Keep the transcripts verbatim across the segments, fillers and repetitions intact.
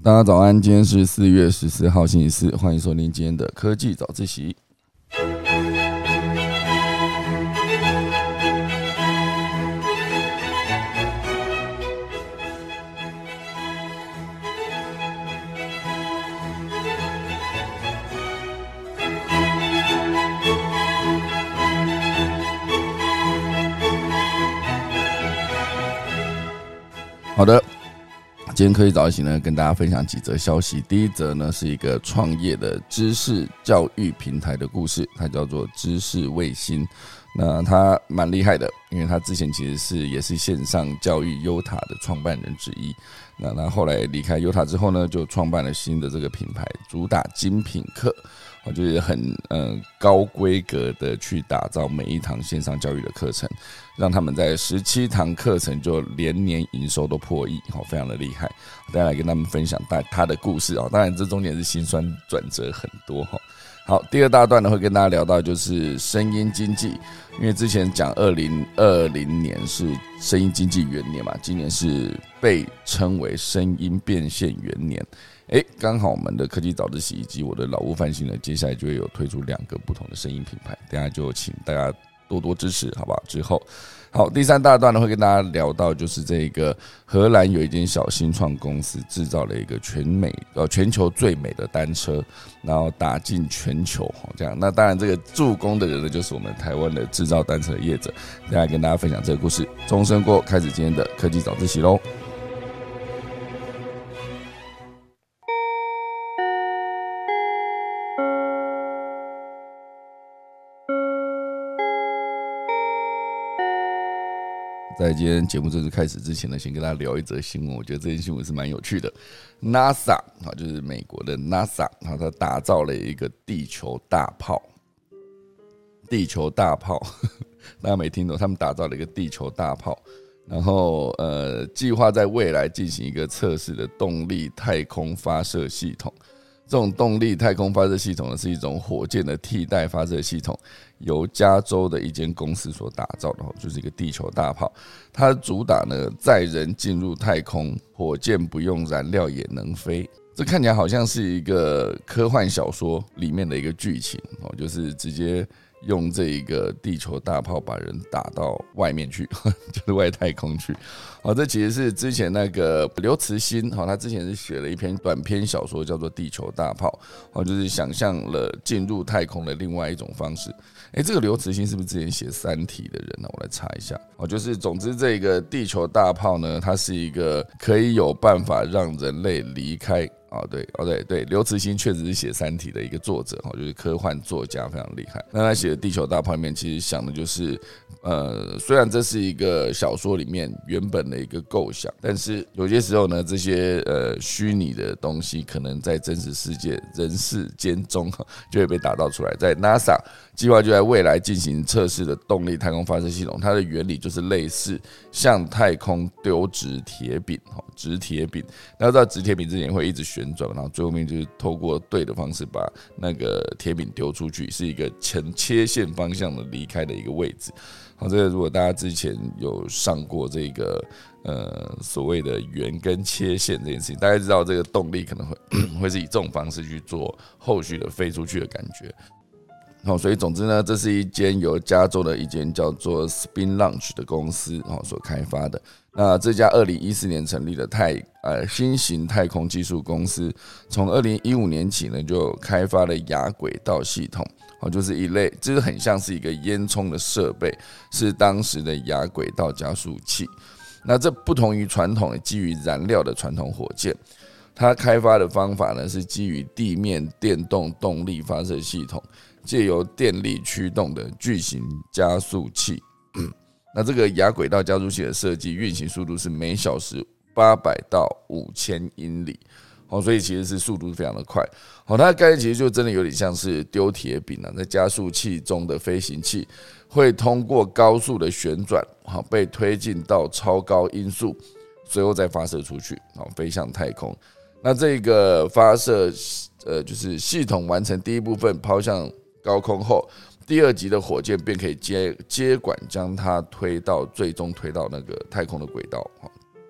大家早安，今天是四月十四号星期四，欢迎收听今天的科技早自习。好的，今天科技早自习呢，跟大家分享几则消息。第一则呢，是一个创业的知识教育平台的故事，它叫做知识卫星。那他蛮厉害的，因为他之前其实是也是线上教育优塔的创办人之一。那他后来离开优塔之后呢，就创办了新的这个品牌，主打精品课，就是很呃高规格的去打造每一堂线上教育的课程，让他们在十七堂课程就连年营收都破亿，非常的厉害。大家来跟他们分享他的故事，当然这中间是辛酸转折很多。好，第二大段呢会跟大家聊到就是声音经济，因为之前讲二零二零年是声音经济元年嘛，今年是被称为声音变现元年。哎，刚好我们的科技早自习以及我的老屋翻新呢，接下来就会有推出两个不同的声音品牌，等一下就请大家多多支持，好不好？之后，好，第三大段呢会跟大家聊到，就是这个荷兰有一间小新创公司制造了一个全美呃全球最美的单车，然后打进全球这样。那当然，这个助攻的人呢，就是我们台湾的制造单车的业者。等一下跟大家分享这个故事。钟声过，开始今天的科技早自习喽。在今天节目正式开始之前呢，先跟大家聊一则新闻。我觉得这件新闻是蛮有趣的。NASA 就是美国的 NASA， 它打造了一个地球大炮。地球大炮，大家没听懂？他们打造了一个地球大炮，然后呃，计划在未来进行一个测试的动力太空发射系统。这种动力太空发射系统呢，是一种火箭的替代发射系统，由加州的一间公司所打造的，就是一个地球大炮。它主打呢，载人进入太空，火箭不用燃料也能飞。这看起来好像是一个科幻小说里面的一个剧情，就是直接用这一个地球大炮把人打到外面去，就是外太空去。好，这其实是之前那个刘慈欣，他之前是写了一篇短篇小说叫做《地球大炮》，就是想象了进入太空的另外一种方式。哎，这个刘慈欣是不是之前写《三体》的人呢？我来查一下。就是总之这个地球大炮呢，它是一个可以有办法让人类离开。哦，对，哦，对，对，刘慈欣确实是写《三体》的一个作者，就是科幻作家，非常厉害。那他写的《地球大炮》里面，其实想的就是，呃，虽然这是一个小说里面原本的一个构想，但是有些时候呢，这些呃虚拟的东西，可能在真实世界人世间中就会被打造出来。在 NASA 计划就在未来进行测试的动力太空发射系统，它的原理就是类似向太空丢直铁饼，直铁饼。那到直铁饼之前会一直旋转，然后最后面就是透过对的方式把那个铁饼丢出去，是一个呈切线方向的离开的一个位置。好，这个如果大家之前有上过这个呃所谓的圆跟切线这件事情，大家知道这个动力可能会会是以这种方式去做后续的飞出去的感觉。好，所以总之呢，这是一间由加州的一间叫做 Spin Launch 的公司所开发的。那这家二零一四年成立的太呃新型太空技术公司，从二零一五年起呢，就开发了亚轨道系统，就是一类，就是很像是一个烟囱的设备，是当时的亚轨道加速器。那这不同于传统基于燃料的传统火箭，它开发的方法呢是基于地面电动动力发射系统，借由电力驱动的巨型加速器。那这个亚轨道加速器的设计，运行速度是每小时八百到五千英里，所以其实是速度非常的快。它的概念其实就真的有点像是丢铁饼，在加速器中的飞行器会通过高速的旋转，被推进到超高音速，随后再发射出去，飞向太空。那这个发射呃，就是系统完成第一部分抛向高空后，第二级的火箭便可以 接, 接管将它推到最终推到那个太空的轨道。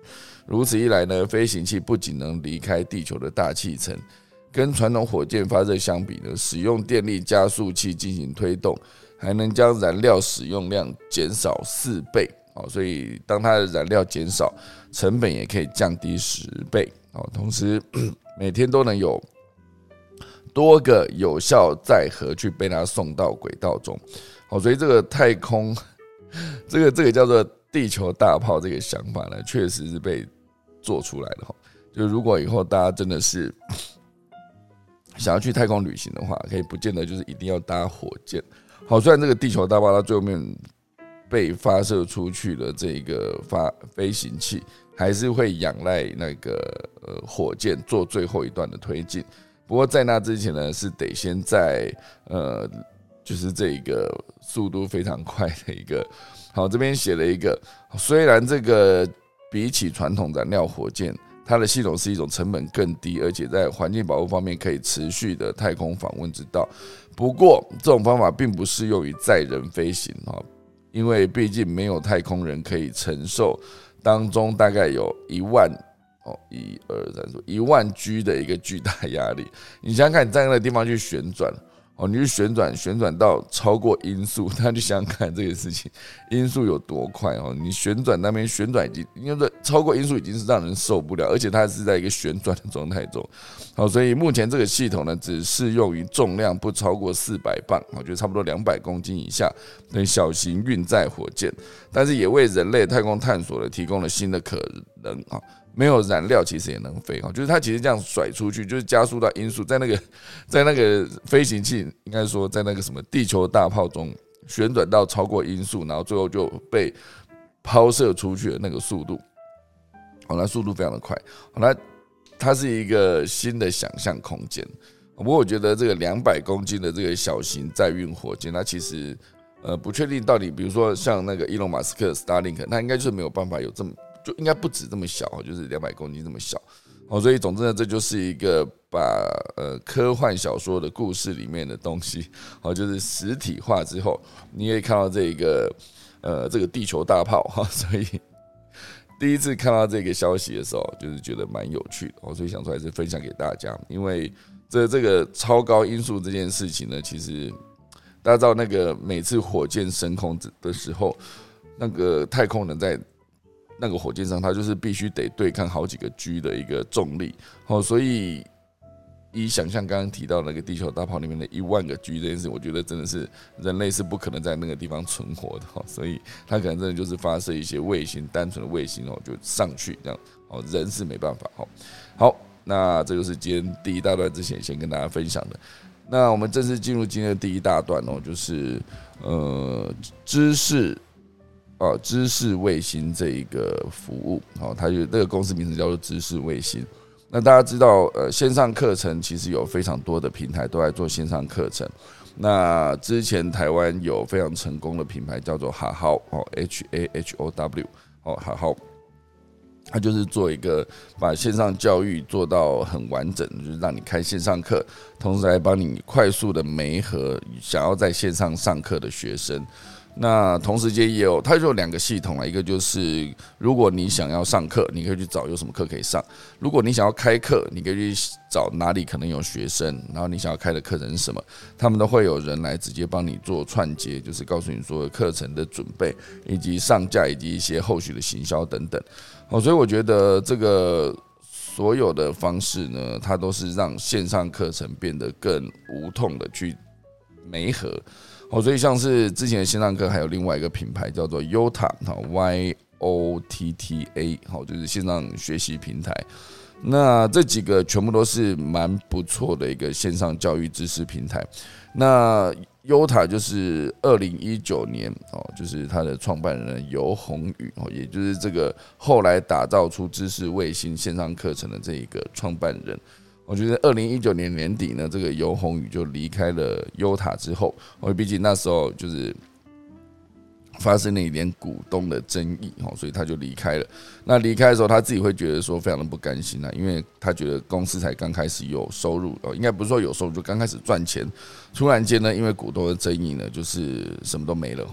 如此一来呢，飞行器不仅能离开地球的大气层，跟传统火箭发射相比呢，使用电力加速器进行推动，还能将燃料使用量减少四倍。所以当它的燃料减少，成本也可以降低十倍。同时每天都能有多个有效载荷去被它送到轨道中。所以这个太空这个这个叫做地球大炮这个想法呢，确实是被做出来的。就如果以后大家真的是想要去太空旅行的话，可以不见得就是一定要搭火箭。好，虽然这个地球大炮它最后面被发射出去的这个发飞行器，还是会仰赖那个呃火箭做最后一段的推进。不过在那之前呢，是得先在呃就是这个速度非常快的一个。好，这边写了一个，虽然这个比起传统燃料火箭，它的系统是一种成本更低，而且在环境保护方面可以持续的太空访问之道。不过这种方法并不适用于载人飞行，因为毕竟没有太空人可以承受当中大概有一万哦一二三四一万 G 的一个巨大压力。你想想看，你在那个地方去旋转。哦，你去旋转，旋转到超过音速，那就想想看这个事情，音速有多快哦！你旋转那边旋转已经，因为超过音速已经是让人受不了，而且它是在一个旋转的状态中。好，所以目前这个系统呢，只适用于重量不超过四百磅，我觉得差不多两百公斤以下的小型运载火箭，但是也为人类太空探索了提供了新的可能啊。没有燃料其实也能飞，就是它其实这样甩出去，就是加速到音速，在那个在那个飞行器，应该说在那个什么地球大炮中旋转到超过音速，然后最后就被抛射出去的那个速度，好，那速度非常的快，好，那它是一个新的想象空间。不过我觉得这个两百公斤的这个小型载运火箭，它其实呃不确定到底，比如说像那个伊隆马斯克 Starlink， 它应该就是没有办法有这么。就应该不止这么小，就是两百公斤这么小，所以总之呢，这就是一个把呃科幻小说的故事里面的东西，就是实体化之后，你可以看到这个呃这个地球大炮，所以第一次看到这个消息的时候，就是觉得蛮有趣的，所以想出来是分享给大家，因为这这个超高音速这件事情呢，其实大家知道那个每次火箭升空的时候，那个太空人在那个火箭上，它就是必须得对抗好几个 G 的一个重力，所以以想象刚刚提到那个地球大炮里面的一万个 G 这件事，我觉得真的是人类是不可能在那个地方存活的，所以它可能真的就是发射一些卫星，单纯的卫星就上去这样，人是没办法。好，那这就是今天第一大段之前先跟大家分享的。那我们正式进入今天的第一大段哦，就是呃知识。哦，知识卫星这一个服务，哦，它就这个公司名字叫做知识卫星。那大家知道，呃，线上课程其实有非常多的平台都在做线上课程。那之前台湾有非常成功的品牌叫做哈好，哦 ，H A H O W， 哦，哈好，它就是做一个把线上教育做到很完整，就是让你开线上课，同时还帮你快速的媒合想要在线上上课的学生。那同时间也有，它就有两个系统，一个就是如果你想要上课，你可以去找有什么课可以上；如果你想要开课，你可以去找哪里可能有学生，然后你想要开的课程是什么，他们都会有人来直接帮你做串接，就是告诉你说课程的准备以及上架以及一些后续的行销等等。所以我觉得这个所有的方式呢，它都是让线上课程变得更无痛的去媒合。所以像是之前的线上课还有另外一个品牌叫做 Yotta，Y O T T A， 就是线上学习平台。那这几个全部都是蛮不错的一个线上教育知识平台。那 Yotta 就是二零一九年，就是它的创办人游宏宇，也就是这个后来打造出知识卫星线上课程的这一个创办人。我觉得二零一九年年底呢，这个游宏宇就离开了 Yotta 之后，因为毕竟那时候就是发生了一点股东的争议，所以他就离开了。那离开的时候，他自己会觉得说非常的不甘心啊，因为他觉得公司才刚开始有收入，应该不是说有收入，就刚开始赚钱，突然间呢，因为股东的争议呢，就是什么都没了。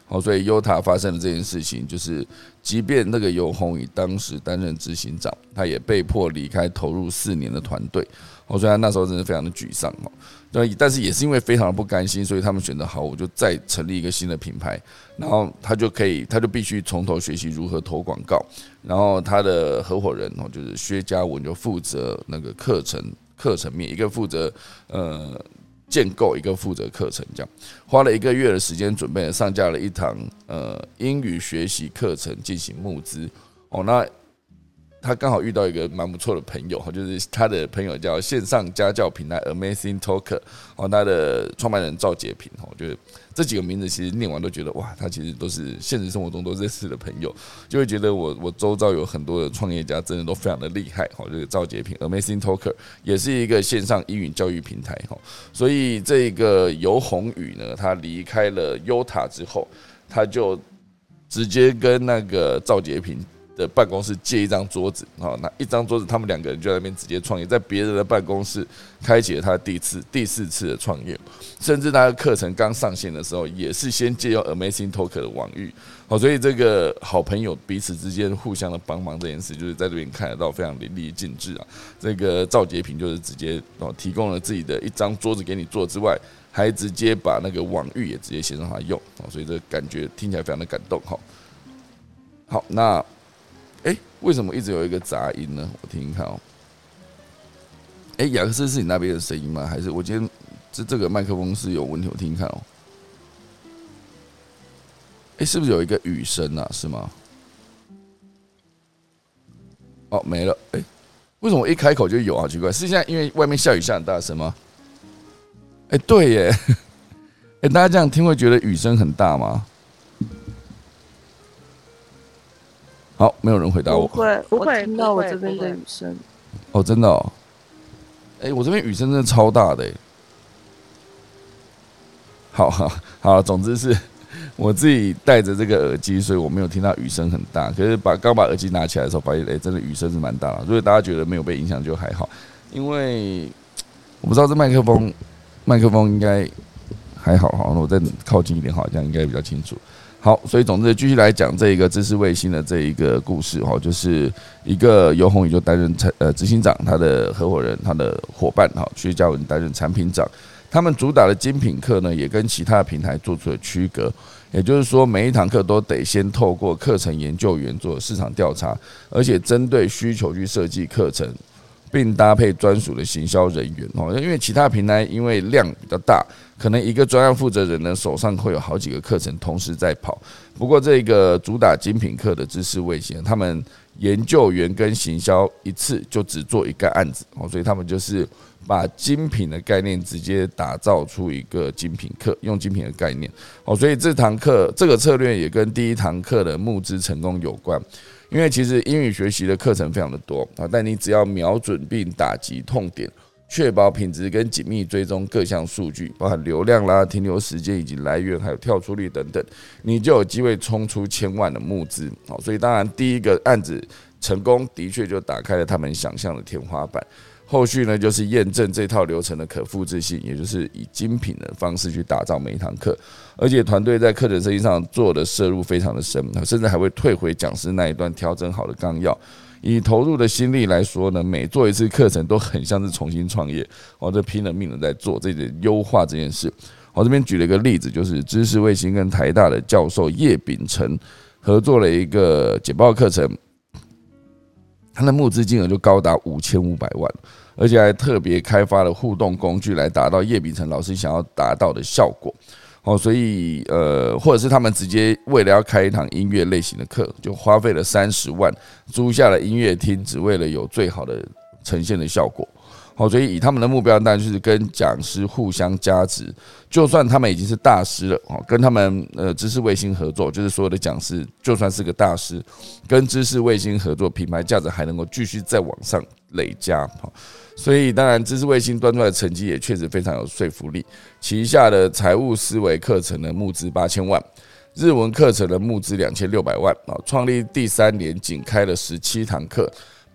哦，所以优塔发生了这件事情，就是即便那个游鸿宇当时担任执行长，他也被迫离开投入四年的团队。哦，所以他那时候真的非常的沮丧哦。对，但是也是因为非常的不甘心，所以他们选择好，我就再成立一个新的品牌，然后他就可以，他就必须从头学习如何投广告。然后他的合伙人哦，就是薛家文就负责那个课程课程面，一个负责呃。建构，一个负责课程，这样花了一个月的时间准备了上架了一堂呃英语学习课程进行募资哦。那他刚好遇到一个蛮不错的朋友，就是他的朋友叫线上家教平台 Amazing Talker 哦，他的创办人赵杰平哦，就是这几个名字其实念完都觉得哇，他其实都是现实生活中都认识的朋友，就会觉得我我周遭有很多的创业家真的都非常的厉害哦，就是赵杰平 Amazing Talker 也是一个线上英语教育平台哦，所以这个游鸿宇呢，他离开了优塔之后，他就直接跟那个赵杰平的办公室借一张桌子，那一张桌子，他们两个人就在那边直接创业，在别人的办公室开启了他第一次、第四次的创业，甚至他的课程刚上线的时候，也是先借用 Amazing Talker 的网域，所以这个好朋友彼此之间互相的帮忙这件事，就是在这边看得到非常淋漓尽致啊。这个赵杰平就是直接提供了自己的一张桌子给你坐之外，还直接把那个网域也直接先让他用，所以这感觉听起来非常的感动。好，那。哎、欸，为什么一直有一个杂音呢？我听听看哦。哎、欸，雅克斯是你那边的声音吗？还是我今天这这个麦克风是有问题？我听听看哦。哎、欸，是不是有一个雨声啊？是吗？哦，没了。哎、欸，为什么我一开口就有？好奇怪，是现在因为外面下雨下很大声吗？哎、欸，对耶。哎、欸，大家这样听会觉得雨声很大吗？好，没有人回答我。 不会，不会，听到我这边的雨声。 哦，真的哦。哎、欸，我这边雨声真的超大的。好好好，总之是我自己戴着这个耳机，所以我没有听到雨声很大。可是把刚把耳机拿起来的时候，发现哎、欸，真的雨声是蛮大的。所以大家觉得没有被影响就还好，因为我不知道这麦克风，麦克风应该还好哈。那我再靠近一点，好，这样应该比较清楚。好，所以总之继续来讲这一个知识卫星的这一个故事哈，就是一个游鸿宇就担任呃执行长，他的合伙人、他的伙伴哈薛家文担任产品长，他们主打的精品课呢，也跟其他的平台做出了区隔，也就是说每一堂课都得先透过课程研究员做市场调查，而且针对需求去设计课程。并搭配专属的行销人员哦，因为其他平台因为量比较大，可能一个专案负责人呢手上会有好几个课程同时在跑。不过这个主打精品课的知识卫星，他们研究员跟行销一次就只做一个案子哦，所以他们就是把精品的概念直接打造出一个精品课，用精品的概念哦，所以这堂课这个策略也跟第一堂课的募资成功有关。因为其实英语学习的课程非常的多啊，但你只要瞄准并打击痛点，确保品质跟紧密追踪各项数据，包含流量啦、停留时间以及来源，还有跳出率等等，你就有机会冲出千万的募资。所以当然第一个案子成功，的确就打开了他们想象的天花板。后续呢，就是验证这套流程的可复制性，也就是以精品的方式去打造每一堂课，而且团队在课程设计上做的摄入非常的深，甚至还会退回讲师那一段调整好的纲要。以投入的心力来说呢，每做一次课程都很像是重新创业，我这拼了命的在做这个优化这件事。我这边举了一个例子，就是知识卫星跟台大的教授叶秉成合作了一个简报课程。他的募资金额就高达五千五百万，而且还特别开发了互动工具来达到叶秉成老师想要达到的效果。哦，所以呃，或者是他们直接为了要开一堂音乐类型的课，就花费了三十万租下了音乐厅，只为了有最好的呈现的效果。好，所以以他们的目标，当然就是跟讲师互相加值。就算他们已经是大师了，跟他们呃知识卫星合作，就是所有的讲师，就算是个大师，跟知识卫星合作，品牌价值还能够继续再往上累加。所以当然，知识卫星端出来的成绩也确实非常有说服力。旗下的财务思维课程的募资八千万。日文课程的募资两千六百万，创立第三年仅开了十七堂课。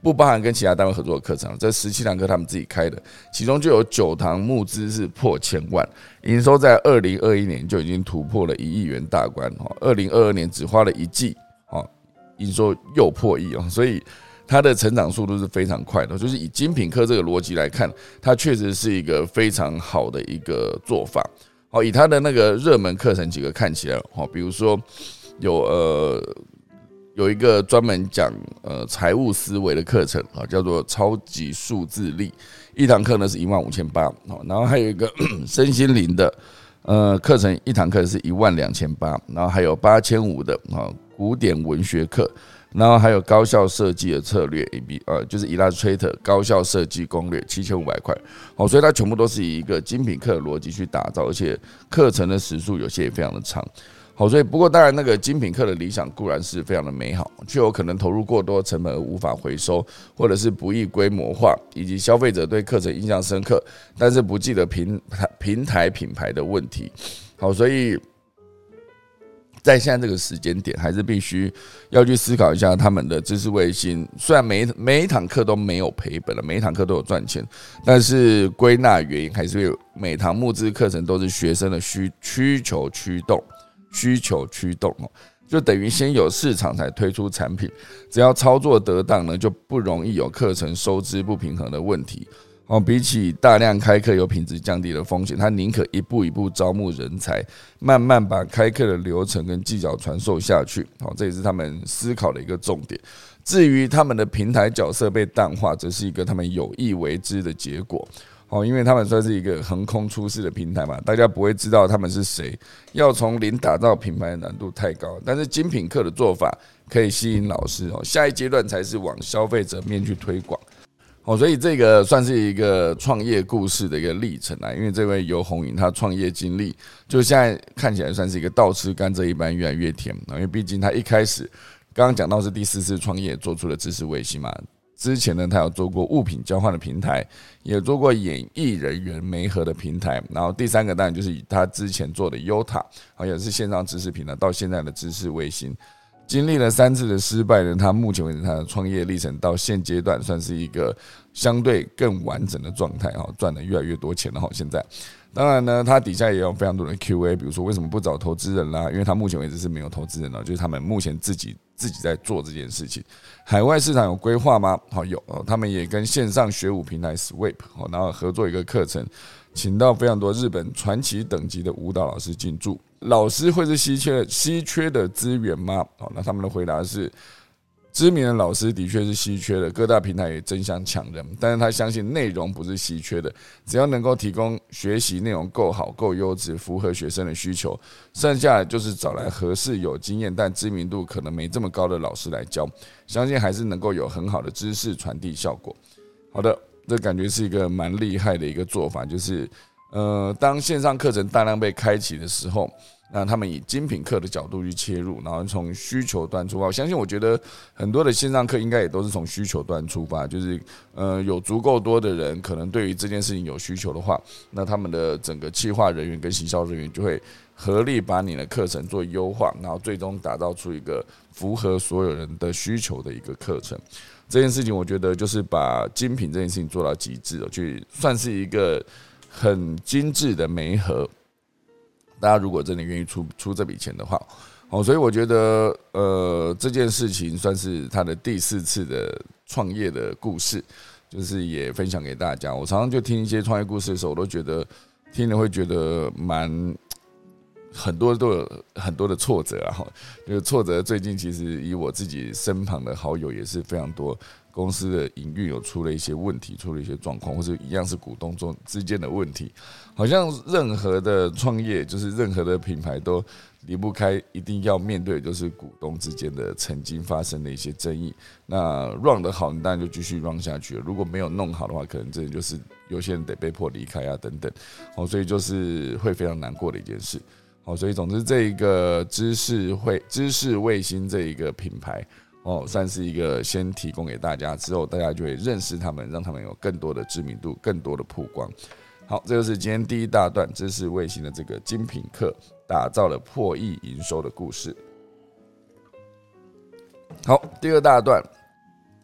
不包含跟其他单位合作的课程，这十七堂课他们自己开的，其中就有九堂募资是破千万，营收在二零二一年就已经突破了一亿元大关，二零二二年只花了一季，营收又破亿，所以它的成长速度是非常快的。就是以精品课这个逻辑来看，它确实是一个非常好的一个做法。以它的那个热门课程几个看起来，比如说有呃。有一个专门讲呃财务思维的课程啊，叫做超级数字力，一堂课呢是一万五千八，然后还有一个身心灵的呃课程，一堂课是一万两千八，然后还有八千五的啊古典文学课，然后还有高效设计的策略 A B 呃就是 Illustrator 高效设计攻略七千五百块，哦，所以它全部都是以一个精品课的逻辑去打造，而且课程的时数有些也非常的长。好，所以不过当然，那个精品课的理想固然是非常的美好，却有可能投入过多成本而无法回收，或者是不易规模化，以及消费者对课程印象深刻，但是不记得平平台品牌的问题。好，所以在现在这个时间点，还是必须要去思考一下他们的知识卫星。虽然每每一堂课都没有赔本了，每一堂课都有赚钱，但是归纳原因还是有每堂募资课程都是学生的需需求驱动。需求驱动，就等于先有市场才推出产品，只要操作得当呢，就不容易有课程收支不平衡的问题。比起大量开课有品质降低的风险，他宁可一步一步招募人才，慢慢把开课的流程跟技巧传授下去。这也是他们思考的一个重点。至于他们的平台角色被淡化，则是一个他们有意为之的结果。因为他们算是一个横空出世的平台嘛，大家不会知道他们是谁，要从零打造品牌的难度太高。但是精品课的做法可以吸引老师，下一阶段才是往消费者面去推广。所以这个算是一个创业故事的一个历程啊。因为这位游鸿云他创业经历，就现在看起来算是一个倒吃甘蔗一般，越来越甜。因为毕竟他一开始刚刚讲到是第四次创业，做出了知识卫星嘛。之前呢，他有做过物品交换的平台，也做过演艺人员媒合的平台，然后第三个当然就是他之前做的优塔，也是线上知识平台，到现在的知识卫星，经历了三次的失败呢，他目前为止他的创业历程到现阶段算是一个相对更完整的状态，赚了越来越多钱了。现在当然呢，他底下也有非常多的 Q A， 比如说为什么不找投资人啦？因为他目前为止是没有投资人了，就是他们目前自己自己在做这件事情。海外市场有规划吗？好，有，他们也跟线上学舞平台 Sweep， 然后合作一个课程，请到非常多日本传奇等级的舞蹈老师进驻。老师会是稀缺稀缺的资源吗？好，那他们的回答是，知名的老师的确是稀缺的，各大平台也争相抢人，但是他相信内容不是稀缺的，只要能够提供学习内容够好、够优质，符合学生的需求，剩下的就是找来合适、有经验但知名度可能没这么高的老师来教，相信还是能够有很好的知识传递效果。好的，这感觉是一个蛮厉害的一个做法，就是呃，当线上课程大量被开启的时候，那他们以精品课的角度去切入，然后从需求端出发。我相信，我觉得很多的线上课应该也都是从需求端出发，就是呃有足够多的人可能对于这件事情有需求的话，那他们的整个企划人员跟行销人员就会合力把你的课程做优化，然后最终打造出一个符合所有人的需求的一个课程。这件事情，我觉得就是把精品这件事情做到极致，去算是一个很精致的媒合。大家如果真的愿意出出这笔钱的话，哦，所以我觉得，呃，这件事情算是他的第四次的创业的故事，就是也分享给大家。我常常就听一些创业故事的时候，我都觉得听了会觉得蛮很多都有很多的挫折啊，就是挫折。最近其实以我自己身旁的好友也是非常多。公司的营运有出了一些问题，出了一些状况，或者一样是股东中之间的问题。好像任何的创业，就是任何的品牌都离不开一定要面对的就是股东之间的曾经发生的一些争议。那 run 得好，你当然就继续 run 下去了；如果没有弄好的话，可能真的就是有些人得被迫离开啊，等等。哦，所以就是会非常难过的一件事。好，所以总之这一个知识会知识卫星这一个品牌。哦，算是一个先提供给大家，之后大家就会认识他们，让他们有更多的知名度，更多的曝光。好，这就是今天第一大段知识卫星的这个精品课，打造了破亿营收的故事。好，第二大段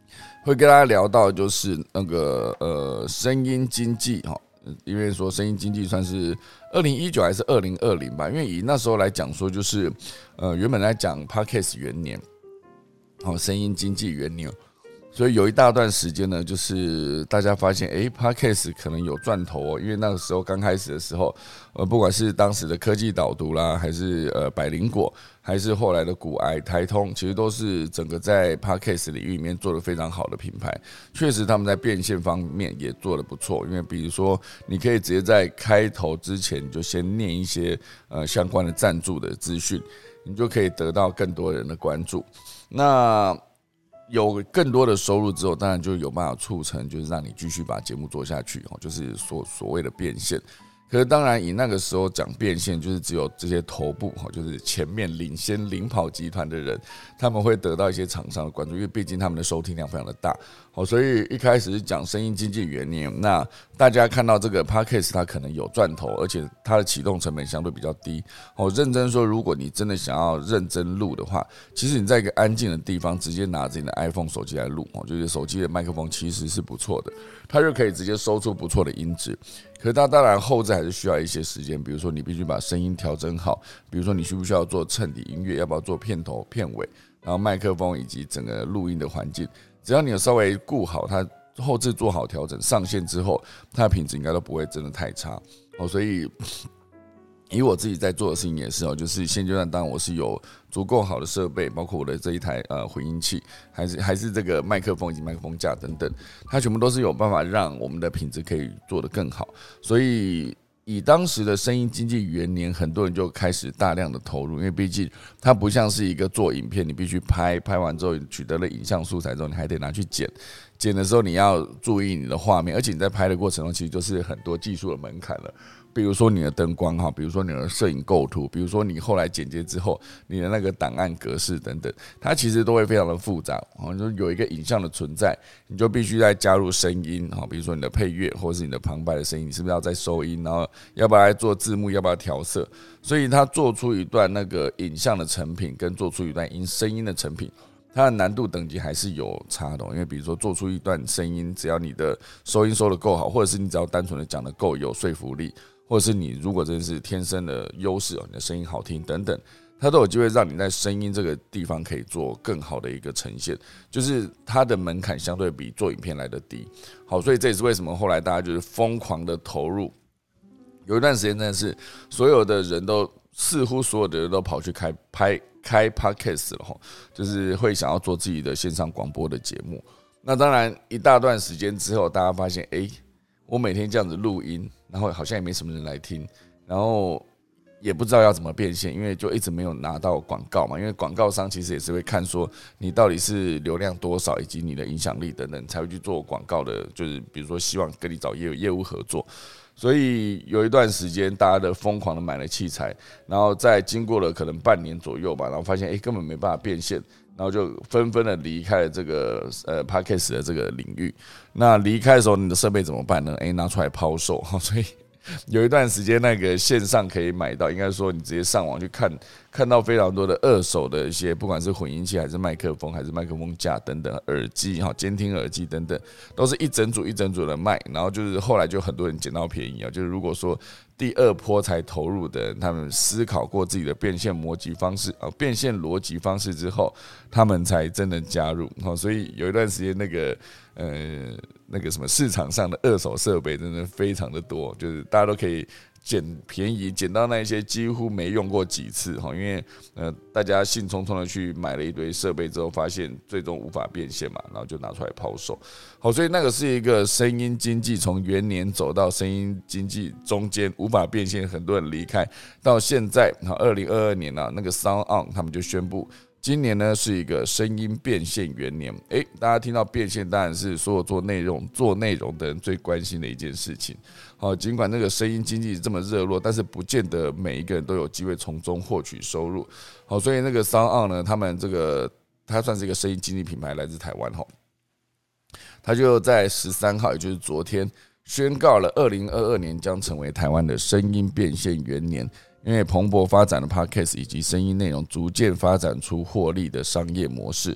会跟大家聊到就是那个呃声音经济哈，因为说声音经济算是二零一九还是二零二零吧，因为以那时候来讲说就是呃原本来讲 Podcast 元年，好声音经济元年。所以有一大段时间呢，就是大家发现，哎 ，Podcast 可能有赚头哦，因为那个时候刚开始的时候，呃，不管是当时的科技导读啦，还是呃百灵果，还是后来的股癌、台通，其实都是整个在 Podcast 领域里面做得非常好的品牌。确实，他们在变现方面也做得不错，因为比如说，你可以直接在开头之前你就先念一些呃相关的赞助的资讯，你就可以得到更多人的关注。那有更多的收入之后，当然就有办法促成，就是让你继续把节目做下去，就是所所谓的变现。可是当然，以那个时候讲变现，就是只有这些头部，就是前面领先领跑集团的人，他们会得到一些厂商的关注，因为毕竟他们的收听量非常的大。所以一开始是讲声音经济元年，那大家看到这个 Podcast 它可能有赚头，而且它的启动成本相对比较低。认真说，如果你真的想要认真录的话，其实你在一个安静的地方，直接拿着你的 iPhone 手机来录，就是手机的麦克风其实是不错的，它就可以直接收出不错的音质。可是它当然后置还是需要一些时间，比如说你必须把声音调整好，比如说你需不需要做衬底音乐，要不要做片头片尾，然后麦克风以及整个录音的环境，只要你有稍微顾好它，后置做好调整，上线之后它的品质应该都不会真的太差。所以以我自己在做的事情也是哦，就是现阶段当然我是有足够好的设备，包括我的这一台呃混音器，还是还是这个麦克风以及麦克风架等等，它全部都是有办法让我们的品质可以做得更好。所以以当时的声音经济元年，很多人就开始大量的投入，因为毕竟它不像是一个做影片，你必须拍，拍完之后取得了影像素材之后，你还得拿去剪，剪的时候你要注意你的画面，而且你在拍的过程中，其实就是很多技术的门槛了。比如说你的灯光哈，比如说你的摄影构图，比如说你后来剪接之后你的那个档案格式等等，它其实都会非常的复杂。就有一个影像的存在，你就必须再加入声音，比如说你的配乐或是你的旁白的声音，你是不是要再收音，然后要不要来做字幕，要不要调色？所以它做出一段那个影像的成品，跟做出一段音声音的成品，它的难度等级还是有差的。因为比如说做出一段声音，只要你的收音收得够好，或者是你只要单纯的讲得够有说服力，或者是你如果真的是天生的优势，你的声音好听等等，它都有机会让你在声音这个地方可以做更好的一个呈现，就是它的门槛相对比做影片来的低。好，所以这也是为什么后来大家就是疯狂的投入，有一段时间真的是所有的人都似乎所有的人都跑去开拍开 podcast 了，就是会想要做自己的线上广播的节目。那当然一大段时间之后，大家发现，哎、欸，我每天这样子录音，然后好像也没什么人来听，然后也不知道要怎么变现，因为就一直没有拿到广告嘛。因为广告商其实也是会看说你到底是流量多少，以及你的影响力等等，才会去做广告的。就是比如说希望跟你找业务业务合作。所以有一段时间，大家的疯狂的买了器材，然后在经过了可能半年左右吧，然后发现哎、欸、根本没办法变现，然后就纷纷的离开了这个呃 Podcast 的这个领域。那离开的时候，你的设备怎么办呢？哎、欸，拿出来抛售。所以有一段时间，那个线上可以买到，应该说你直接上网去看，看到非常多的二手的一些，不管是混音器还是麦克风，还是麦克风架等等，耳机哈、监听耳机等等，都是一整组一整组的卖。然后就是后来就很多人捡到便宜啊，就是如果说第二波才投入的人，他们思考过自己的变现逻辑方式啊，变现逻辑方式之后，他们才真的加入。所以有一段时间那个。呃，那个什么市场上的二手设备真的非常的多，就是大家都可以捡便宜，捡到那些几乎没用过几次，因为呃大家兴冲冲的去买了一堆设备之后，发现最终无法变现嘛，然后就拿出来抛售。好，所以那个是一个声音经济从元年走到声音经济中间无法变现，很多人离开，到现在二零二二年啊，那个 Sound On 他们就宣布。今年呢是一个声音变现元年，哎，大家听到变现，当然是所有做内容、做内容的人最关心的一件事情。好，尽管那个声音经济这么热络，但是不见得每一个人都有机会从中获取收入。好，所以那个 Sound On 呢，他们这个它算是一个声音经济品牌，来自台湾，他就在十三号，也就是昨天宣告了，二零二二年将成为台湾的声音变现元年。因为蓬勃发展的 Podcast 以及声音内容逐渐发展出获利的商业模式，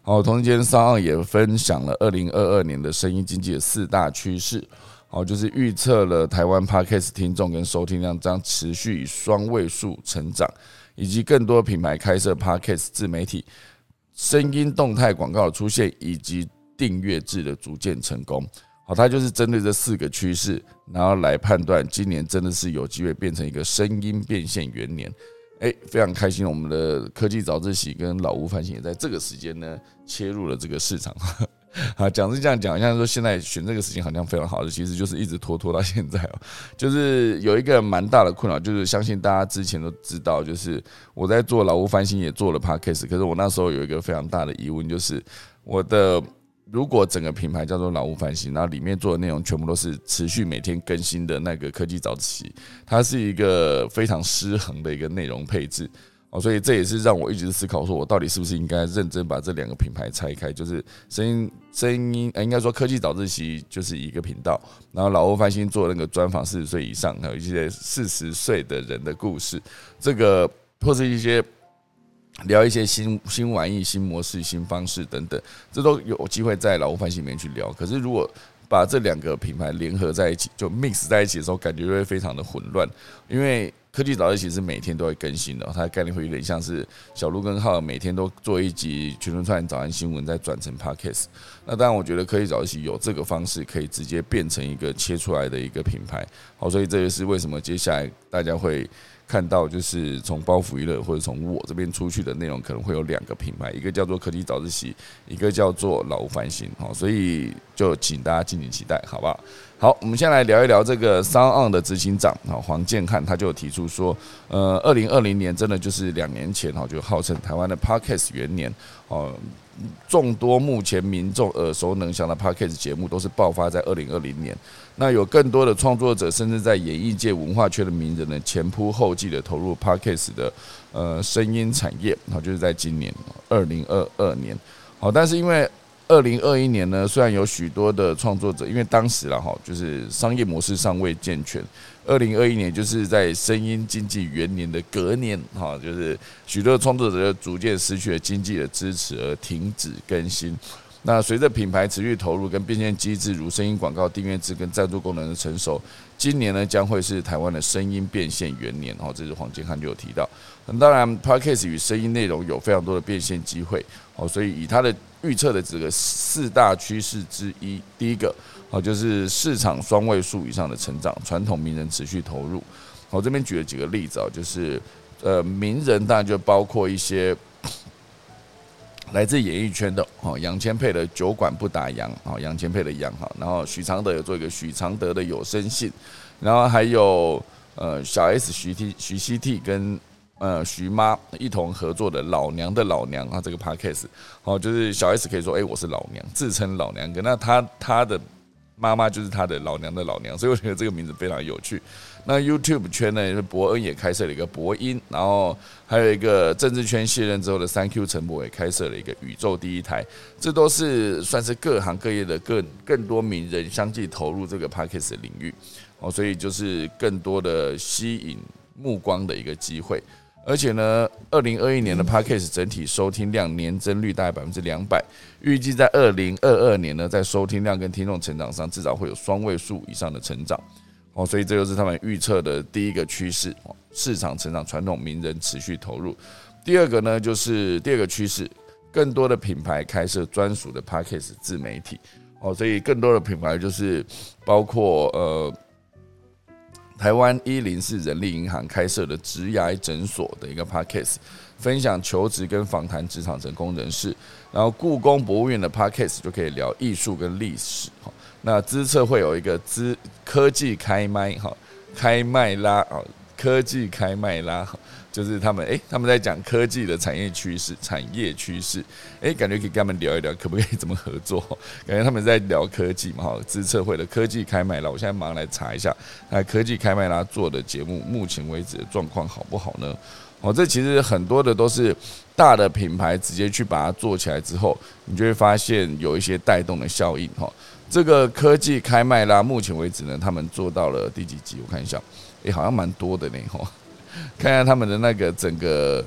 好，同时间SoundOn也分享了二零二二年的声音经济的四大趋势。好，就是预测了台湾 Podcast 听众跟收听量将持续以双位数成长，以及更多品牌开设 Podcast 自媒体、声音动态广告的出现，以及订阅制的逐渐成功。好，它就是针对这四个趋势，然后来判断今年真的是有机会变成一个声音变现元年。哎，非常开心，我们的科技早自习跟老吴反省也在这个时间呢切入了这个市场。啊，讲是这样讲，好像说现在选这个事情好像非常好的，其实就是一直拖拖到现在哦。就是有一个蛮大的困扰，就是相信大家之前都知道，就是我在做老吴翻新也做了 podcast， 可是我那时候有一个非常大的疑问，就是我的如果整个品牌叫做老吴翻新，然后里面做的内容全部都是持续每天更新的那个科技早自习，它是一个非常失衡的一个内容配置。哦，所以这也是让我一直思考，说我到底是不是应该认真把这两个品牌拆开，就是声音声音，应该说科技早自习就是一个频道，然后老欧翻新做那个专访四十岁以上，还有一些四十岁的人的故事，这个或是一些聊一些新新玩意、新模式、新方式等等，这都有机会在老欧翻新里面去聊。可是如果把这两个品牌联合在一起，就 mix 在一起的时候，感觉就会非常的混乱，因为科技早自习是每天都会更新的，它的概念会有点像是小鹿跟浩尔每天都做一集全球串早安新闻，再转成 podcast。那当然，我觉得科技早自习有这个方式，可以直接变成一个切出来的一个品牌。好，所以这就是为什么接下来大家会看到，就是从包袱娱乐或者从我这边出去的内容，可能会有两个品牌，一个叫做科技早自习，一个叫做老吴翻新。好，所以就请大家敬请期待，好不好？好，我们先来聊一聊这个 SoundOn 的执行长黄健汉，他就有提出说，呃，二零二零年真的就是两年前哈，就号称台湾的 Podcast 元年哦，众多目前民众耳熟能详的 Podcast 节目都是爆发在二零二零年。那有更多的创作者，甚至在演艺界文化圈的名人呢，前仆后继的投入 Podcast 的呃声音产业，好，就是在今年二零二二年。好，但是因为二零二一年呢，虽然有许多的创作者，因为当时啦哈，就是商业模式尚未健全。二零二一年就是在声音经济元年的隔年哈，就是许多创作者逐渐失去了经济的支持而停止更新。那随着品牌持续投入跟变现机制，如声音广告、订阅制跟赞助功能的成熟，今年呢将会是台湾的声音变现元年。哦，这是黄健汉就有提到。当然 ，Podcast 与声音内容有非常多的变现机会。哦，所以以他的预测的这个四大趋势之一，第一个哦就是市场双位数以上的成长，传统名人持续投入。我这边举了几个例子啊，就是呃名人当然就包括一些来自演艺圈的哦，杨千霈的酒馆不打烊，哦，杨千霈的杨哈，然后许常德有做一个许常德的有声信，然后还有呃小 S 徐 T 徐熙娣跟呃徐妈一同合作的老娘的老娘啊，这个 podcast， 哦，就是小 S 可以说，哎、欸，我是老娘，自称老娘，那他他的妈妈就是他的老娘的老娘，所以我觉得这个名字非常有趣。那 YouTube 圈呢，伯恩也开设了一个伯音，然后还有一个政治圈卸任之后的三 Q 陈柏也开设了一个宇宙第一台，这都是算是各行各业的更更多名人相继投入这个 Podcast 的领域，哦，所以就是更多的吸引目光的一个机会。而且呢，二零二一年的 Podcast 整体收听量年增率大概百分之两百，预计在二零二二年呢，在收听量跟听众成长上，至少会有双位数以上的成长。哦，所以这就是他们预测的第一个趋势，市场成长，传统名人持续投入。第二个呢，就是第二个趋势，更多的品牌开设专属的 Podcast 自媒体。哦，所以更多的品牌就是包括呃。台湾一零四人力银行开设的职涯诊所的一个 podcast， 分享求职跟访谈职场成功人士。然后故宫博物院的 podcast 就可以聊艺术跟历史。那资策会有一个资科技开麦哈，开麦拉啊，科技开麦拉，就是他们哎、欸、他们在讲科技的产业趋势、产业趋势，哎、欸、感觉可以跟他们聊一聊，可不可以怎么合作？感觉他们在聊科技嘛，哈，资策会的科技开麦拉，我现在马上来查一下，那科技开麦拉做的节目，目前为止的状况好不好呢？哦，这其实很多的都是大的品牌直接去把它做起来之后，你就会发现有一些带动的效应哈。这个科技开麦拉，目前为止呢，他们做到了第几集？我看一下，哎、欸，好像蛮多的呢哈。看一下他们的那个整个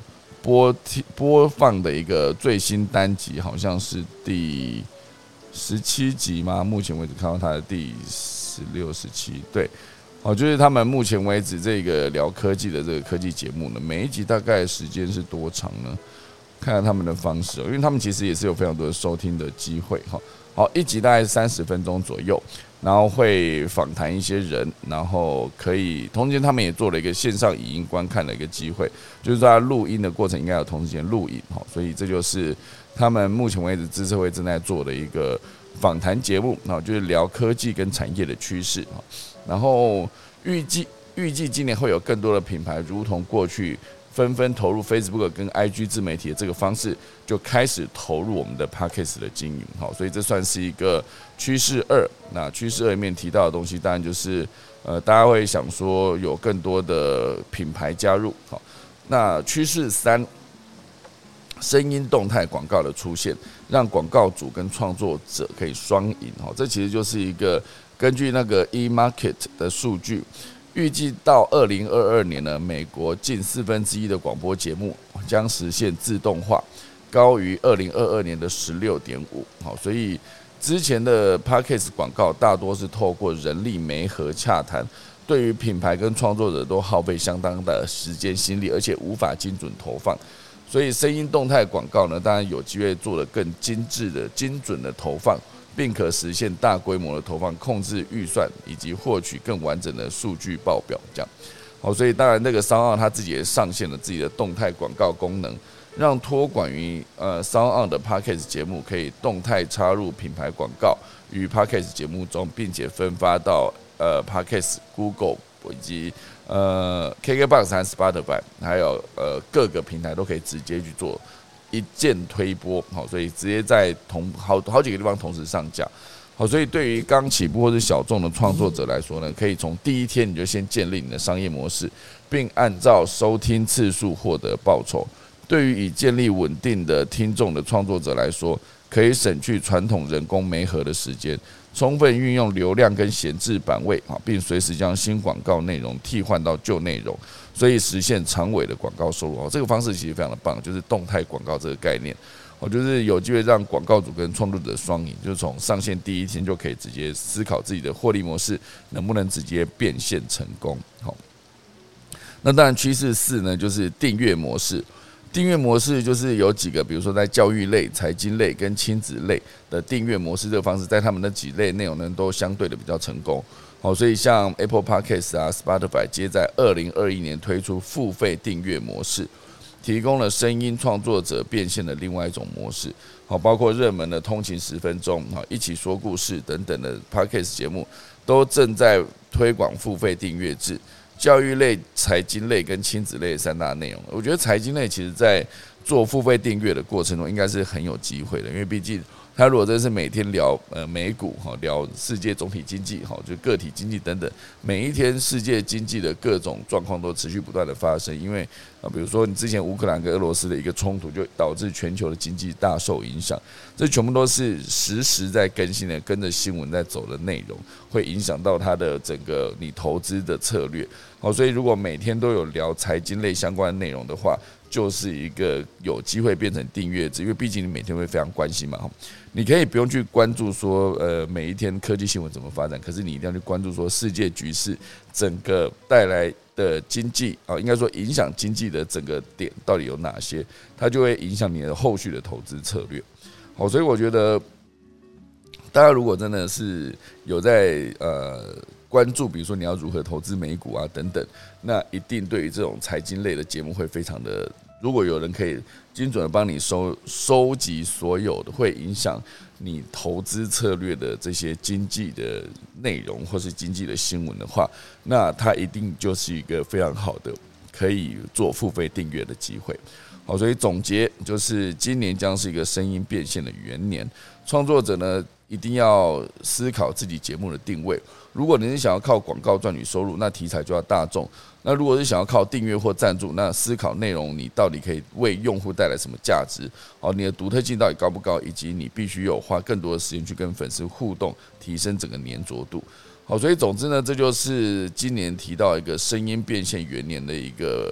播播放的一个最新单集，好像是第十七集吗？目前为止看到它的第十六、十七，对，好，就是他们目前为止这个聊科技的这个科技节目呢，每一集大概时间是多长呢？看看他们的方式，因为他们其实也是有非常多的收听的机会哈。好，一集大概三十分钟左右，然后会访谈一些人，然后可以同时间他们也做了一个线上影音观看的一个机会，就是在录音的过程应该有同时间录影哈，所以这就是他们目前为止资策会正在做的一个访谈节目，就是聊科技跟产业的趋势，然后预计预计今年会有更多的品牌，如同过去纷纷投入 Facebook 跟 I G 自媒体的这个方式，就开始投入我们的 Podcast 的经营，所以这算是一个趋势二。那趋势二里面提到的东西，当然就是呃，大家会想说有更多的品牌加入。好，那趋势三，声音动态广告的出现，让广告主跟创作者可以双赢。这其实就是一个根据那个 eMarket 的数据。预计到二零二二年呢，美国近四分之一的广播节目将实现自动化，高于二零二二年的 十六点五。好，所以之前的 Podcast 广告大多是透过人力媒合洽谈，对于品牌跟创作者都耗费相当的时间心力，而且无法精准投放。所以声音动态广告呢，当然有机会做得更精致的、精准的投放，并可实现大规模的投放、控制预算以及获取更完整的数据报表。这样，好，所以当然那个SoundOn他自己也上线了自己的动态广告功能，让托管于呃SoundOn的 Podcast 节目可以动态插入品牌广告于 Podcast 节目中，并且分发到呃 Podcast、Google 以及呃 K K B O X 和 Spotify， 还有呃各个平台都可以直接去做一键推播，好，所以直接在同好好几个地方同时上架，好，所以对于刚起步或是小众的创作者来说呢，可以从第一天你就先建立你的商业模式，并按照收听次数获得报酬。对于已建立稳定的听众的创作者来说，可以省去传统人工媒合的时间，充分运用流量跟闲置版位，并随时将新广告内容替换到旧内容，所以实现长尾的广告收入。这个方式其实非常的棒，就是动态广告这个概念，就是有机会让广告主跟创作者双赢，就是从上线第一天就可以直接思考自己的获利模式能不能直接变现成功。好，那当然趋势四呢，就是订阅模式。订阅模式就是有几个，比如说在教育类、财经类跟亲子类的订阅模式这个方式，在他们的几类内容呢都相对的比较成功。好，所以像 Apple Podcast 啊、Spotify 皆在二零二一年推出付费订阅模式，提供了声音创作者变现的另外一种模式。好，包括热门的通勤十分钟、一起说故事等等的 Podcast 节目，都正在推广付费订阅制。教育类、财经类跟亲子类的三大内容，我觉得财经类其实在做付费订阅的过程中，应该是很有机会的，因为毕竟他如果真是每天聊呃美股哈，聊世界总体经济哈，就个体经济等等，每一天世界经济的各种状况都持续不断的发生，因为啊，比如说你之前乌克兰跟俄罗斯的一个冲突，就导致全球的经济大受影响，这全部都是实时在更新的，跟着新闻在走的内容，会影响到它的整个你投资的策略。好，所以如果每天都有聊财经类相关的内容的话，就是一个有机会变成订阅制，因为毕竟你每天会非常关心嘛。你可以不用去关注说，呃，每一天科技新闻怎么发展，可是你一定要去关注说世界局势整个带来的经济啊，应该说影响经济的整个点到底有哪些，它就会影响你的后续的投资策略。好，所以我觉得大家如果真的是有在呃。关注，比如说你要如何投资美股啊等等，那一定对于这种财经类的节目会非常的。如果有人可以精准的帮你收收集所有的会影响你投资策略的这些经济的内容或是经济的新闻的话，那它一定就是一个非常好的可以做付费订阅的机会。好，所以总结就是今年将是一个声音变现的元年，创作者呢一定要思考自己节目的定位。如果你是想要靠广告赚取收入，那题材就要大众；那如果是想要靠订阅或赞助，那思考内容你到底可以为用户带来什么价值？好，你的独特性到底高不高？以及你必须有花更多的时间去跟粉丝互动，提升整个黏着度。好，所以总之呢，这就是今年提到一个声音变现元年的一个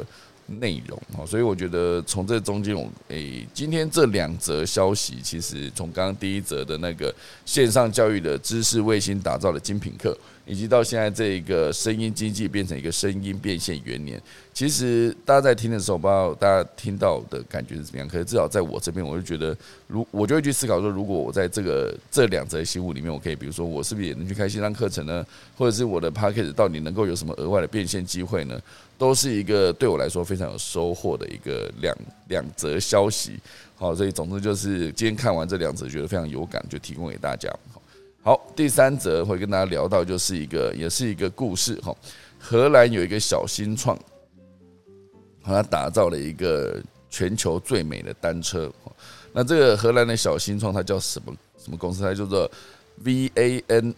内容。所以我觉得从这中间，我诶，今天这两则消息，其实从刚刚第一则的那个线上教育的知识卫星打造的精品课，以及到现在这个声音经济变成一个声音变现元年，其实大家在听的时候，不知道大家听到的感觉是怎么样。可是至少在我这边，我就觉得，如我就会去思考说，如果我在这个这两则新闻里面，我可以比如说，我是不是也能去开线上课程呢？或者是我的 Podcast 到底能够有什么额外的变现机会呢？都是一个对我来说非常有收获的一个两两则消息。好，所以总之就是今天看完这两则，觉得非常有感，就提供给大家。好，第三则会跟大家聊到，就是一个也是一个故事哈。荷兰有一个小新创，他打造了一个全球最美的单车。那这个荷兰的小新创，它叫什么什么公司？它叫做 V A N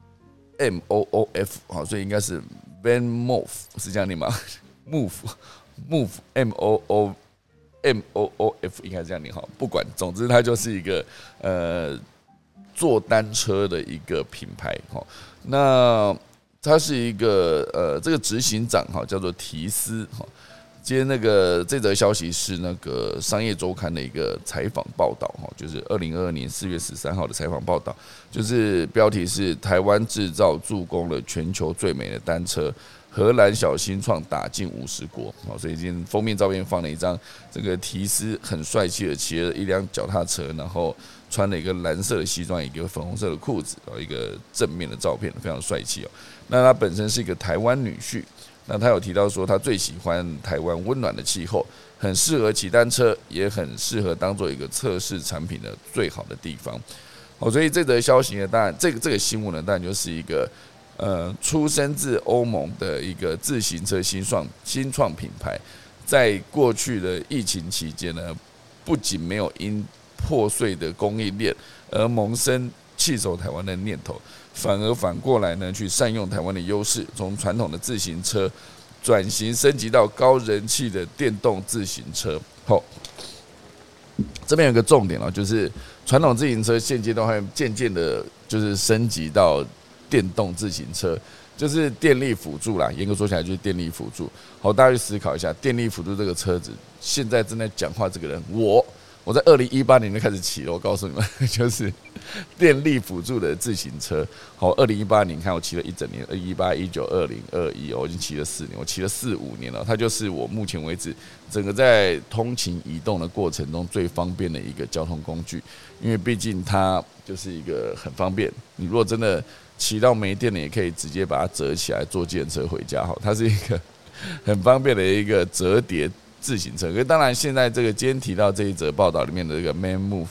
M O O F 好，所以应该是 Van Moof 是这样念吗 ？Move Move M O O M O O F 应该这样念哈。不管，总之它就是一个呃。坐单车的一个品牌，那他是一个呃，这个执行长哈，叫做提斯哈。今天那个这则消息是那个商业周刊的一个采访报道哈，就是二零二二年四月十三号的采访报道，就是标题是台湾制造助攻了全球最美的单车。荷兰小新创打进五十国，所以今天封面照片放了一张这个提斯很帅气的骑了一辆脚踏车，然后穿了一个蓝色的西装，一个粉红色的裤子，一个正面的照片，非常帅气哦。那他本身是一个台湾女婿，那他有提到说他最喜欢台湾温暖的气候，很适合骑单车，也很适合当做一个测试产品的最好的地方。哦，所以这则消息呢，当然这个这个新闻呢，当然就是一个。呃，出生自欧盟的一个自行车新创新创品牌，在过去的疫情期间呢，不仅没有因破碎的供应链而萌生弃守台湾的念头，反而反过来呢，去善用台湾的优势，从传统的自行车转型升级到高人气的电动自行车。好，这边有个重点哦，就是传统自行车现阶段会渐渐的，就是升级到。电动自行车就是电力辅助啦，严格说起来就是电力辅助。好，大家去思考一下，电力辅助这个车子，现在正在讲话这个人，我我在二零一八年就开始骑了。我告诉你们，就是电力辅助的自行车。好，二零一八年看我骑了一整年，二一八、一九、二零、二一，我已经骑了四年，我骑了四五年了。它就是我目前为止整个在通勤移动的过程中最方便的一个交通工具，因为毕竟它就是一个很方便。你如果真的骑到没电了，也可以直接把它折起来坐计程车回家。好，它是一个很方便的一个折叠自行车。可是当然，现在这个今天提到这一则报道里面的这个 Van Moof，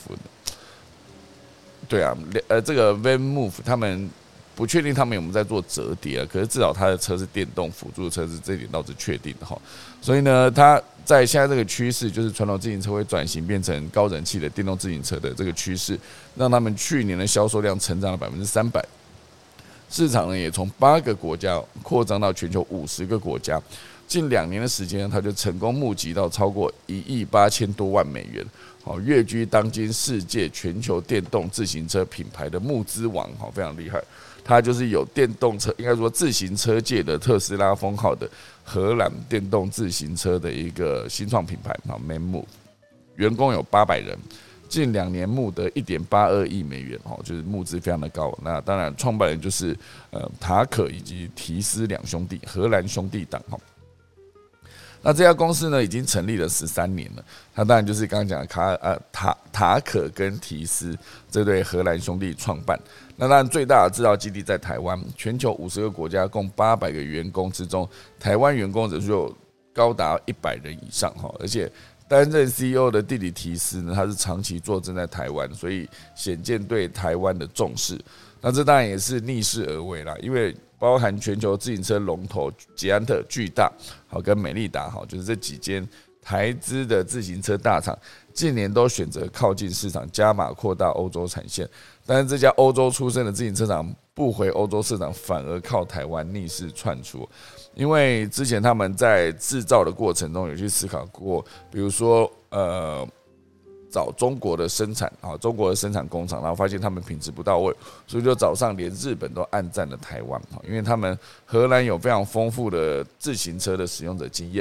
对啊，呃，这个 Van Moof 他们不确定他们有没有在做折叠啊，可是至少他的车是电动辅助的车，是这点倒是确定的哈。所以呢，它在现在这个趋势，就是传统自行车会转型变成高人气的电动自行车的这个趋势，让他们去年的销售量成长了百分之三百。市场呢也从八个国家扩张到全球五十个国家，近两年的时间，它就成功募集到超过一亿八千多万美元，好，跃居当今世界全球电动自行车品牌的募资王，好，非常厉害。它就是有电动车，应该说自行车界的特斯拉封号的荷兰电动自行车的一个新创品牌，好 ，Van Moof， 员工有八百人。近两年募得一点八二亿美元，就是募资非常的高。那当然，创办人就是呃塔可以及提斯两兄弟，荷兰兄弟党。那这家公司呢，已经成立了十三年了。它当然就是刚刚讲的卡呃塔塔可跟提斯这对荷兰兄弟创办。那当然，最大的制造基地在台湾，全球五十个国家，共八百个员工之中，台湾员工人数有高达一百人以上哈，而且。担任 C E O 的弟弟提斯呢，他是长期坐镇在台湾，所以显见对台湾的重视。那这当然也是逆势而为啦，因为包含全球自行车龙头捷安特、巨大好跟美利达好，就是这几间台资的自行车大厂，近年都选择靠近市场，加码扩大欧洲产线。但是这家欧洲出身的自行车厂不回欧洲市场，反而靠台湾逆势窜出。因为之前他们在制造的过程中有去思考过，比如说呃找中国的生产啊，中国的生产工厂，然后发现他们品质不到位，所以就找上连日本都暗赞了台湾，因为他们荷兰有非常丰富的自行车的使用者经验，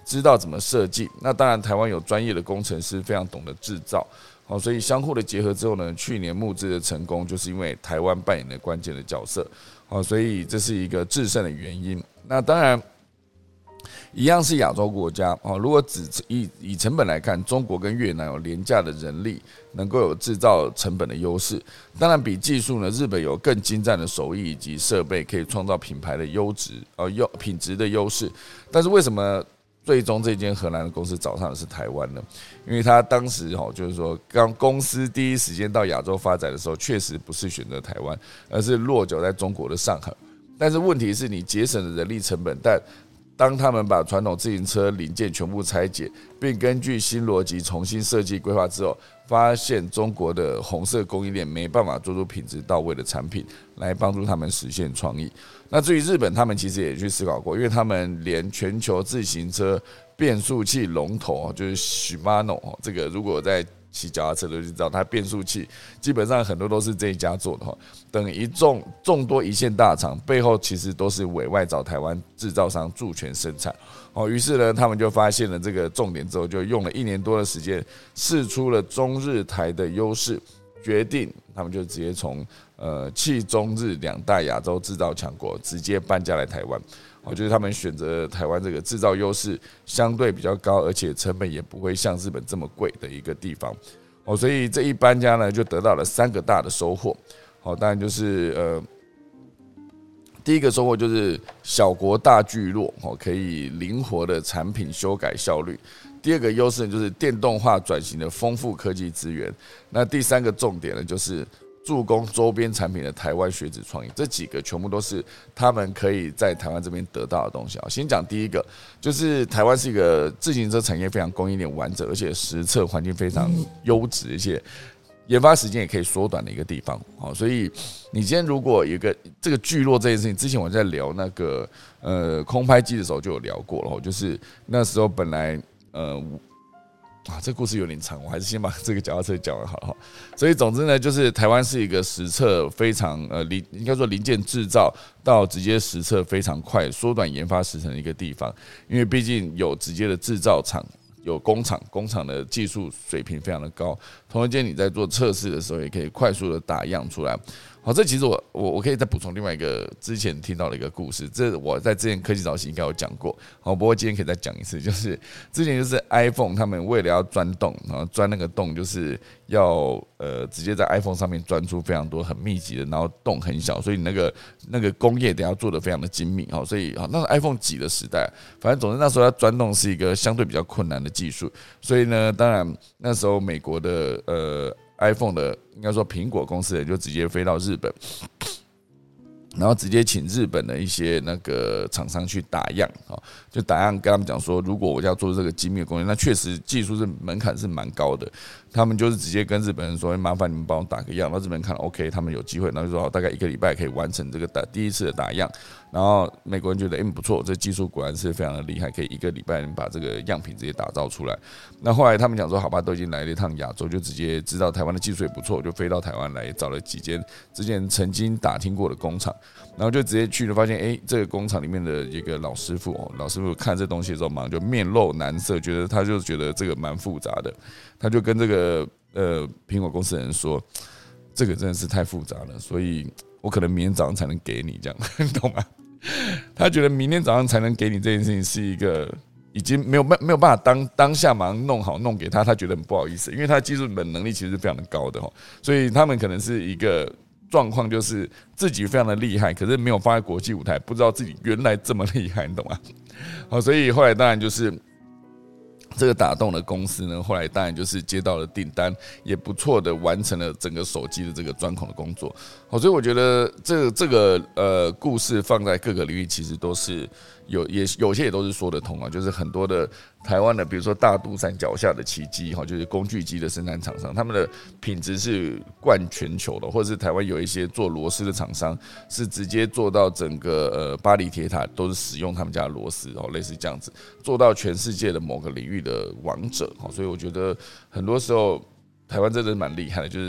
知道怎么设计。那当然，台湾有专业的工程师，非常懂得制造。好，所以相互的结合之后呢，去年募资的成功，就是因为台湾扮演了关键的角色。好，所以这是一个制胜的原因。那当然。一样是亚洲国家哦。如果只以以成本来看，中国跟越南有廉价的人力，能够有制造成本的优势。当然，比技术呢，日本有更精湛的手艺以及设备，可以创造品牌的优质呃优品质的优势。但是为什么最终这间荷兰的公司找上的是台湾呢？因为他当时哦，就是说刚公司第一时间到亚洲发展的时候，确实不是选择台湾，而是落脚在中国的上海。但是问题是你节省了人力成本，但当他们把传统自行车零件全部拆解，并根据新逻辑重新设计规划之后，发现中国的红色供应链没办法做出品质到位的产品，来帮助他们实现创意。那至于日本，他们其实也去思考过，因为他们连全球自行车变速器龙头就是 Shimano 这个，如果在骑脚踏车的就知道，它变速器基本上很多都是这一家做的哈。等一众众多一线大厂背后，其实都是委外找台湾制造商助权生产。哦，于是呢，他们就发现了这个重点之后，就用了一年多的时间，试出了中日台的优势，决定他们就直接从呃弃中日两大亚洲制造强国，直接搬家来台湾。哦，就是他们选择台湾这个制造优势相对比较高，而且成本也不会像日本这么贵的一个地方。哦，所以这一搬家呢，就得到了三个大的收获。好，当然就是呃，第一个收获就是小国大聚落，哦，可以灵活的产品修改效率。第二个优势就是电动化转型的丰富科技资源。那第三个重点呢，就是助攻周边产品的台湾学子创意，这几个全部都是他们可以在台湾这边得到的东西。先讲第一个，就是台湾是一个自行车产业非常供应链完整，而且实测环境非常优质，而且研发时间也可以缩短的一个地方。所以你今天如果有一个这个聚落这件事情，之前我在聊那个呃空拍机的时候就有聊过了，就是那时候本来呃。啊，这故事有点长，我还是先把这个脚踏车讲完好了。所以总之呢，就是台湾是一个实测非常呃零，应该说零件制造到直接实测非常快，缩短研发时程的一个地方。因为毕竟有直接的制造厂，有工厂，工厂的技术水平非常的高。同时间你在做测试的时候，也可以快速的打样出来。好，这其实我我我可以再补充另外一个之前听到的一个故事，这我在之前科技早期应该有讲过，好，不过今天可以再讲一次，就是之前就是 iPhone 他们为了要钻洞，然后钻那个洞就是要呃直接在 iPhone 上面钻出非常多很密集的，然后洞很小，所以那个那个工业得要做得非常的精密，好，所以好那是 iPhone 几的时代，反正总之那时候要钻洞是一个相对比较困难的技术，所以呢，当然那时候美国的呃。iPhone 的应该说苹果公司人就直接飞到日本，然后直接请日本的一些那个厂商去打样，就打样跟他们讲说，如果我要做这个精密的工业，那确实技术是门槛是蛮高的。他们就是直接跟日本人说，麻烦你们帮我打个样。然后日本人看 OK， 他们有机会，然后就说好，大概一个礼拜可以完成这个打第一次的打样。然后美国人觉得，哎，不错，这技术果然是非常的厉害，可以一个礼拜把这个样品直接打造出来。那后来他们讲说，好吧，都已经来了一趟亚洲，就直接知道台湾的技术也不错，就飞到台湾来找了几间之前曾经打听过的工厂，然后就直接去了，发现，哎，这个工厂里面的一个老师傅，老师傅看这东西的时候，马上就面露难色，觉得他就觉得这个蛮复杂的，他就跟这个呃苹果公司的人说，这个真的是太复杂了，所以我可能明天早上才能给你，这样你懂吗？他觉得明天早上才能给你这件事情是一个已经没有没有办法当当下马上弄好弄给他，他觉得很不好意思，因为他的技术本能力其实是非常的高的，所以他们可能是一个状况，就是自己非常的厉害，可是没有放在国际舞台，不知道自己原来这么厉害，你懂吗？好，所以后来当然就是这个打洞的公司呢，后来当然就是接到了订单，也不错的完成了整个手机的这个钻孔的工作。好，所以我觉得这个这个呃故事放在各个领域，其实都是有也有些也都是说得通啊，就是很多的台湾的，比如说大肚山脚下的奇迹哈，就是工具机的生产厂商，他们的品质是冠全球的，或者是台湾有一些做螺丝的厂商，是直接做到整个呃巴黎铁塔都是使用他们家的螺丝哦，类似这样子，做到全世界的某个领域的王者。所以我觉得很多时候台湾真的蛮厉害的，就是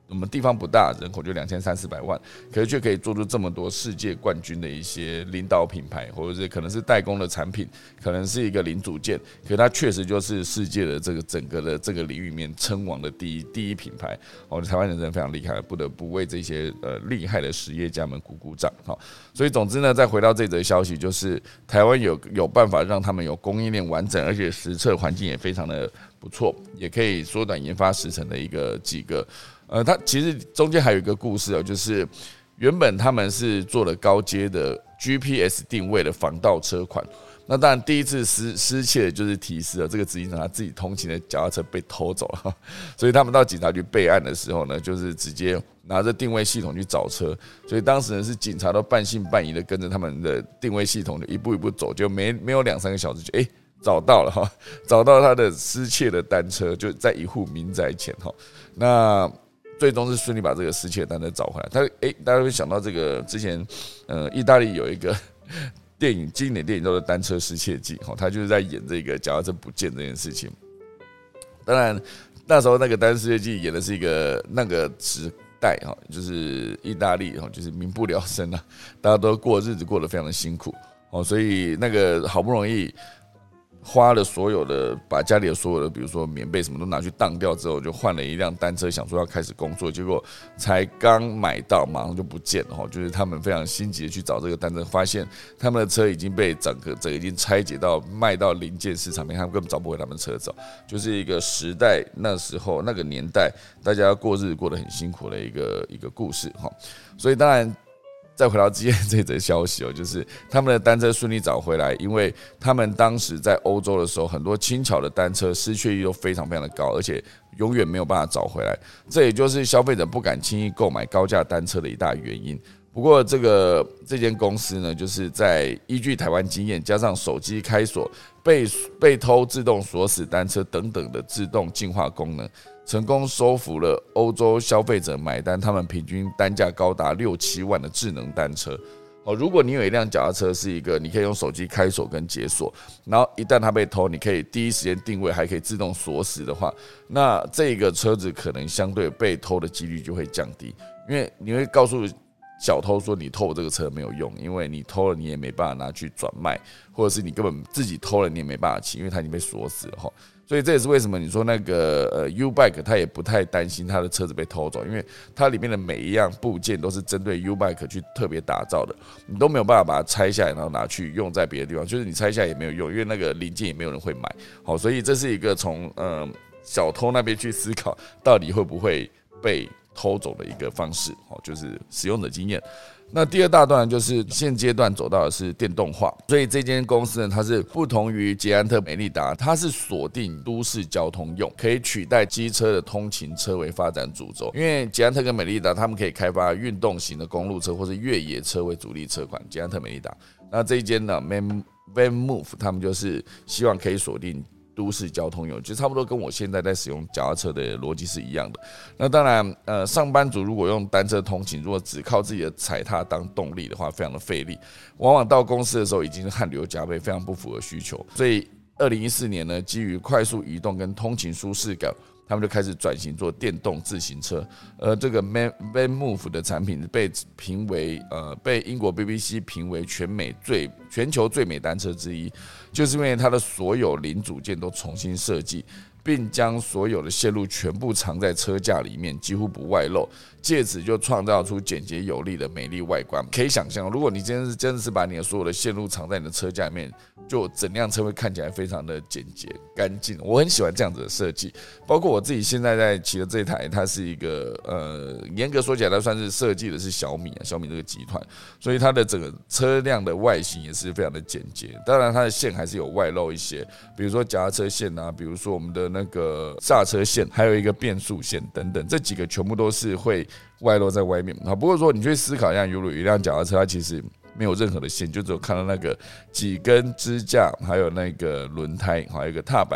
我们地方不大，人口就两千三四百万，可是却可以做出这么多世界冠军的一些领导品牌，或者是可能是代工的产品，可能是一个零组件，可是它确实就是世界的这个整个的这个领域里面称王的第一第一品牌。哦，台湾人真的非常厉害，不得不为这些呃厉害的实业家们鼓鼓掌。好，所以总之呢，再回到这则消息，就是台湾有有办法让他们有供应链完整，而且实测环境也非常的不错，也可以缩短研发时程的一个几个。呃，它其实中间还有一个故事哦，就是原本他们是做了高阶的 G P S 定位的防盗车款，那当然第一次失失窃的就是提示了这个执行长他自己通勤的脚踏车被偷走了，所以他们到警察局备案的时候呢，就是直接拿着定位系统去找车，所以当时呢是警察都半信半疑的跟着他们的定位系统就一步一步走，就没没有两三个小时就哎。欸找到了哈，找到他的失窃的单车，就在一户民宅前哈。那最终是顺利把这个失窃的单车找回来。他哎、欸，大家会想到这个之前，呃，意大利有一个电影经典电影叫做《单车失窃记》哈，他就是在演这个脚踏车不见这件事情。当然那时候那个《单车失窃记》演的是一个那个时代哈，就是意大利哈，就是民不聊生啊，大家都过日子过得非常的辛苦哦，所以那个好不容易。花了所有的，把家里的所有的，比如说棉被什么都拿去当掉之后，就换了一辆单车，想说要开始工作，结果才刚买到，马上就不见了。就是他们非常心急的去找这个单车，发现他们的车已经被整个整个已经拆解到卖到零件市场面，他们根本找不回他们的车走。就是一个时代，那时候那个年代，大家过日子过得很辛苦的一个一个故事哈。所以当然。再回到之前这则消息哦，就是他们的单车顺利找回来，因为他们当时在欧洲的时候，很多轻巧的单车失窃率都非常非常的高，而且永远没有办法找回来。这也就是消费者不敢轻易购买高价单车的一大原因。不过，这个这间公司呢，就是在依据台湾经验，加上手机开锁、被被偷自动锁死单车等等的自动净化功能。成功收服了欧洲消费者买单，他们平均单价高达六七万的智能单车。哦，如果你有一辆脚踏车是一个你可以用手机开锁跟解锁，然后一旦它被偷，你可以第一时间定位，还可以自动锁死的话，那这个车子可能相对被偷的几率就会降低，因为你会告诉小偷说你偷我这个车没有用，因为你偷了你也没办法拿去转卖，或者是你根本自己偷了你也没办法骑，因为它已经被锁死了哈。所以这也是为什么你说那个呃 U-Bike 它也不太担心它的车子被偷走，因为它里面的每一样部件都是针对 U-Bike 去特别打造的，你都没有办法把它拆下来，然后拿去用在别的地方，就是你拆下来也没有用，因为那个零件也没有人会买。好，所以这是一个从呃小偷那边去思考到底会不会被偷走的一个方式，就是使用者经验。那第二大段就是现阶段走到的是电动化，所以这间公司呢，它是不同于捷安特、美利达，它是锁定都市交通用，可以取代机车的通勤车为发展主轴。因为捷安特跟美利达，他们可以开发运动型的公路车或是越野车为主力车款。捷安特、美利达，那这一间呢 ，VanMoof， 他们就是希望可以锁定都市交通用，就差不多跟我现在在使用脚踏车的逻辑是一样的。那当然，呃，上班族如果用单车通勤，如果只靠自己的踩踏当动力的话，非常的费力，往往到公司的时候已经是汗流浃背，非常不符合需求。所以，二零一四年呢，基于快速移动跟通勤舒适感，他们就开始转型做电动自行车。而这个 VanMoof 的产品被评为呃被英国 B B C 评为全美最全球最美单车之一，就是因为它的所有零组件都重新设计，并将所有的线路全部藏在车架里面，几乎不外露，借此就创造出简洁有力的美丽外观。可以想象，如果你今天是真的是把你的所有的线路藏在你的车架里面，就整辆车会看起来非常的简洁干净。我很喜欢这样子的设计，包括我自己现在在骑的这台，它是一个呃，严格说起来，它算是设计的是小米啊，小米这个集团，所以它的整个车辆的外形也是非常的简洁。当然，它的线还是有外露一些，比如说脚踏车线啊，比如说我们的那个刹车线，还有一个变速线等等，这几个全部都是会外露在外面。不过说你去思考一下，如果有一辆脚踏车，它其实没有任何的线，就只有看到那个几根支架，还有那个轮胎，还有一个踏板。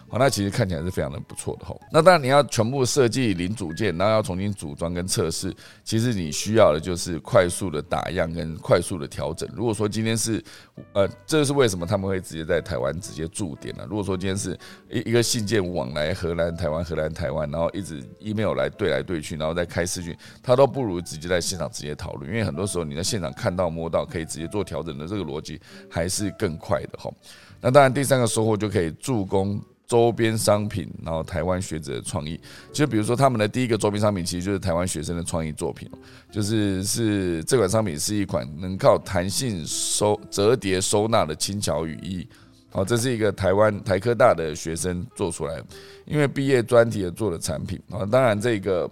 好，那其实看起来是非常的不错的哈。那当然你要全部设计零组件，然后要重新组装跟测试，其实你需要的就是快速的打样跟快速的调整。如果说今天是呃，这是为什么他们会直接在台湾直接驻点呢？如果说今天是一个信件往来荷兰、台湾、荷兰、台湾，然后一直 email 来对来对去，然后再开视讯，它都不如直接在现场直接讨论，因为很多时候你在现场看到摸到，可以直接做调整的这个逻辑还是更快的哈。那当然，第三个收获就可以助攻周边商品，然后台湾学者的创意，就比如说他们的第一个周边商品，其实就是台湾学生的创意作品，就是是这款商品是一款能靠弹性收折叠收纳的轻巧雨衣。好，这是一个台湾台科大的学生做出来的，因为毕业专题而做的产品。好，当然这个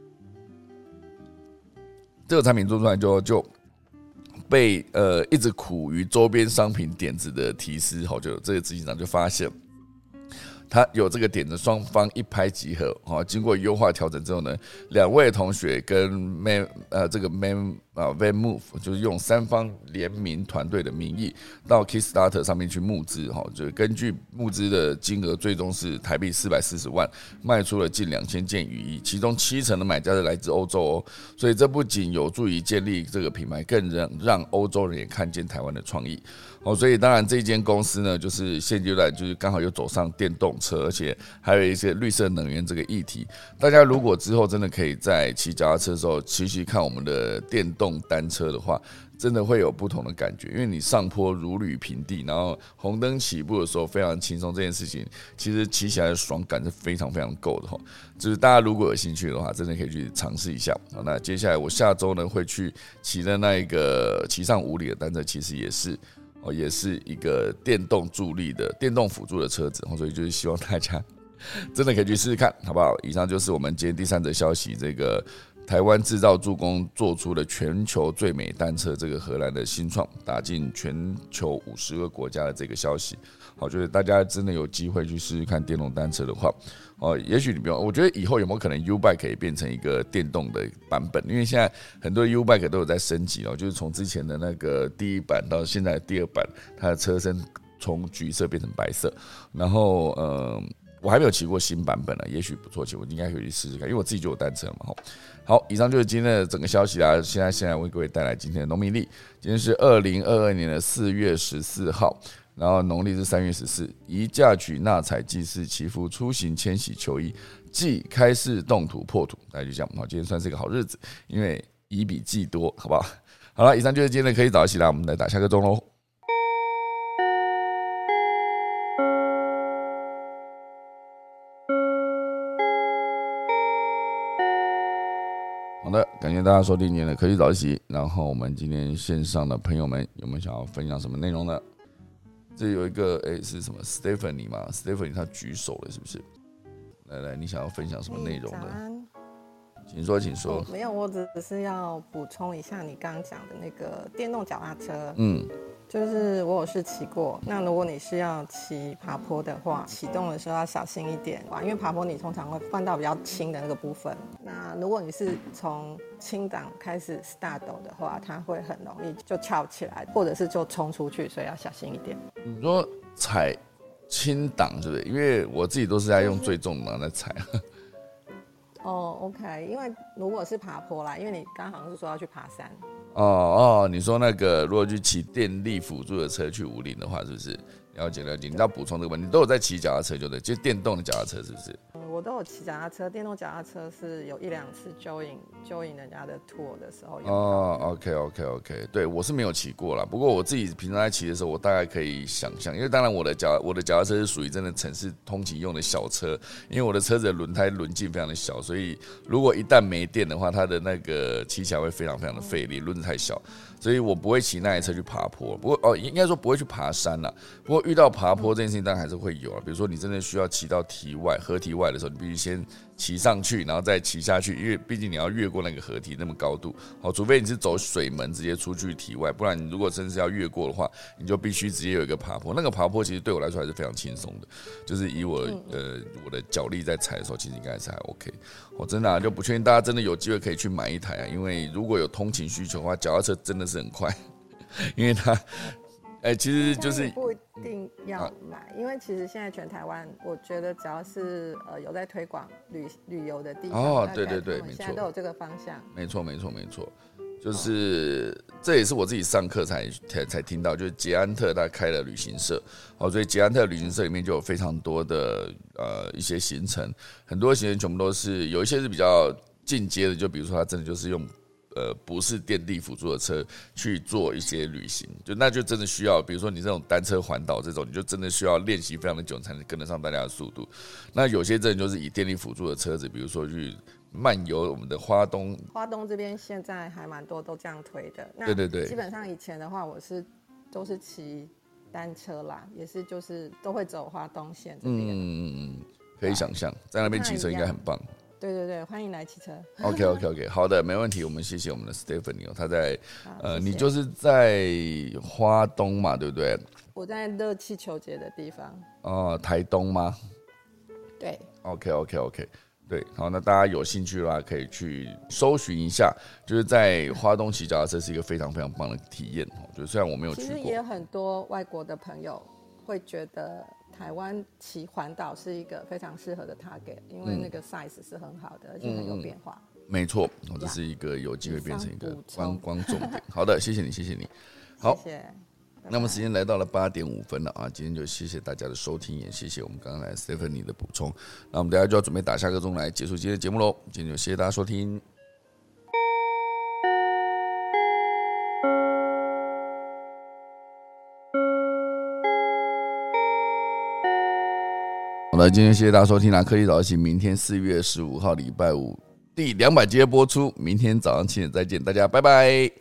这个产品做出来就就被呃一直苦于周边商品点子的提示，好，就这个执行长就发现。他有这个点子，双方一拍即合。经过优化调整之后呢，两位同学跟 Man 呃这个 Man 啊 Van Move 就是用三方联名团队的名义到 Kickstarter 上面去募资，就根据募资的金额，最终是台币四百四十万，卖出了近两千件雨衣，其中七成的买家是来自欧洲哦。所以这不仅有助于建立这个品牌，更让让欧洲人也看见台湾的创意。哦，所以当然这间公司呢，就是现阶段就是刚好又走上电动车，而且还有一些绿色能源这个议题。大家如果之后真的可以在骑脚踏车的时候骑骑看我们的电动单车的话，真的会有不同的感觉，因为你上坡如履平地，然后红灯起步的时候非常轻松，这件事情其实骑起来的爽感是非常非常够的哈。就是大家如果有兴趣的话，真的可以去尝试一下。那接下来我下周呢会去骑的那一个骑上五里的单车，其实也是。也是一个电动助力的电动辅助的车子，所以就是希望大家真的可以去试试看，好不好？以上就是我们今天第三则消息，这个台湾制造助攻做出了全球最美单车，这个荷兰的新创打进全球五十个国家的这个消息。好，就是大家真的有机会去试试看电动单车的话，哦，也许你不用，我觉得以后有没有可能 U-Bike 可以变成一个电动的版本？因为现在很多 U-Bike 都有在升级哦，就是从之前的那个第一版到现在的第二版，它的车身从橘色变成白色，然后呃。我还没有骑过新版本呢，也许不错骑，我应该可以去试试看，因为我自己就有单车嘛。好，以上就是今天的整个消息啦。现在现在为各位带来今天的农民历，今天是二零二二年的四月十四号，然后农历是三月十四，宜嫁娶纳采祭祀祈福出行迁徙求医，忌开市动土破土。大家就这样，好，今天算是一个好日子，因为宜比忌多，好不好？好了，以上就是今天的可以早起啦，我们来打下个钟喽。好的，感谢大家收听今天的科技早起。然后我们今天线上的朋友们有没有想要分享什么内容呢？这有一个哎、欸、是什么 Stephanie 吗 ？Stephanie 她举手了，是不是？来来，你想要分享什么内容呢？请说，请说、 哦。没有，我只是要补充一下你刚刚讲的那个电动脚踏车。 嗯。 就是我有试骑过，那如果你是要骑爬坡的话，启动的时候要小心一点，因为爬坡你通常会换到比较轻的那个部分。那如果你是从轻档开始 start 的话，它会很容易就翘起来，或者是就冲出去，所以要小心一点。 你说踩轻档是不是？因为我自己都是在用最重档在踩。 哦、oh, ，OK， 因为如果是爬坡啦，因为你刚好是说要去爬山。 哦哦，你说那个如果去骑电力辅助的车去武陵的话，是不是？了解了解，你要补充这个问题，你都有在骑脚踏车就对，就电动的脚踏车是不是？ 嗯，我都有骑脚踏车，电动脚踏车是有一两次 join join 人家的 tour 的时候有。 哦 ，OK OK OK， 对我是没有骑过啦，不过我自己平常在骑的时候，我大概可以想象，因为当然我的脚我的脚踏车是属于真的城市通勤用的小车，因为我的车子的轮胎轮径非常的小，所以如果一旦没电的话，它的那个骑起来会非常非常的费力，轮子太小。所以我不会骑那台车去爬坡，不过哦，应该说不会去爬山啦。不过遇到爬坡这件事情，当然还是会有啊。比如说你真的需要骑到堤外、河堤外的时候，你必须先骑上去，然后再骑下去，因为毕竟你要越过那个河堤那么高度。好，除非你是走水门直接出去堤外，不然你如果真是要越过的话，你就必须直接有一个爬坡。那个爬坡其实对我来说还是非常轻松的，就是以我呃我的脚力在踩的时候，其实应该还是还 OK。我真的、啊、就不确定大家真的有机会可以去买一台啊，因为如果有通勤需求的话，脚踏车真的是很快，因为它哎、欸，其实就是不一定要买，啊、因为其实现在全台湾，我觉得只要是呃有在推广旅旅游的地方， 哦，对对对，没错， 现在都有这个方向。 没错，没错，没错，就是、哦、这也是我自己上课才才才听到，就是捷安特他开了旅行社，哦，所以捷安特旅行社里面就有非常多的呃一些行程，很多行程全部都是有一些是比较进阶的，就比如说他真的就是用。呃，不是电力辅助的车去做一些旅行，就那就真的需要，比如说你这种单车环岛这种，你就真的需要练习非常的久才能跟得上大家的速度。那有些真的就是以电力辅助的车子，比如说去漫游我们的花东， 花东这边现在还蛮多都这样推的。那对对对， 基本上以前的话，我是都是骑单车啦，也是就是都会走花东线这边。嗯嗯嗯，可以想象在那边骑车应该很棒。 对对对，欢迎来骑车。 OK OK OK， 好的，没问题。我们谢谢我们的 Stephanie， 他在呃，你就是在花东嘛，对不对？ 我在热气球节的地方。 哦、呃，台东吗？ 对。 OK OK OK， 对，好，那大家有兴趣的话，可以去搜寻一下，就是在花东骑脚踏车是一个非常非常棒的体验。就虽然我没有去过， 其实也有很多外国的朋友会觉得。台湾骑环岛是一个非常适合的 target， 因为那个 size 是很好的，嗯、而且很有变化。 没错，这是一个有机会变成一个观光重点。好的，谢谢你，谢谢你。好， 谢谢。 那么时间来到了八点五分了啊，今天就谢谢大家的收听，也谢谢我们刚刚来 Stephanie 的补充。那我们大家就要准备打下个钟来结束今天的节目喽。今天就谢谢大家收听。好的，今天谢谢大家收听啦！科技早起，明天四月十五号礼拜五第两百集播出，明天早上七点再见，大家拜拜。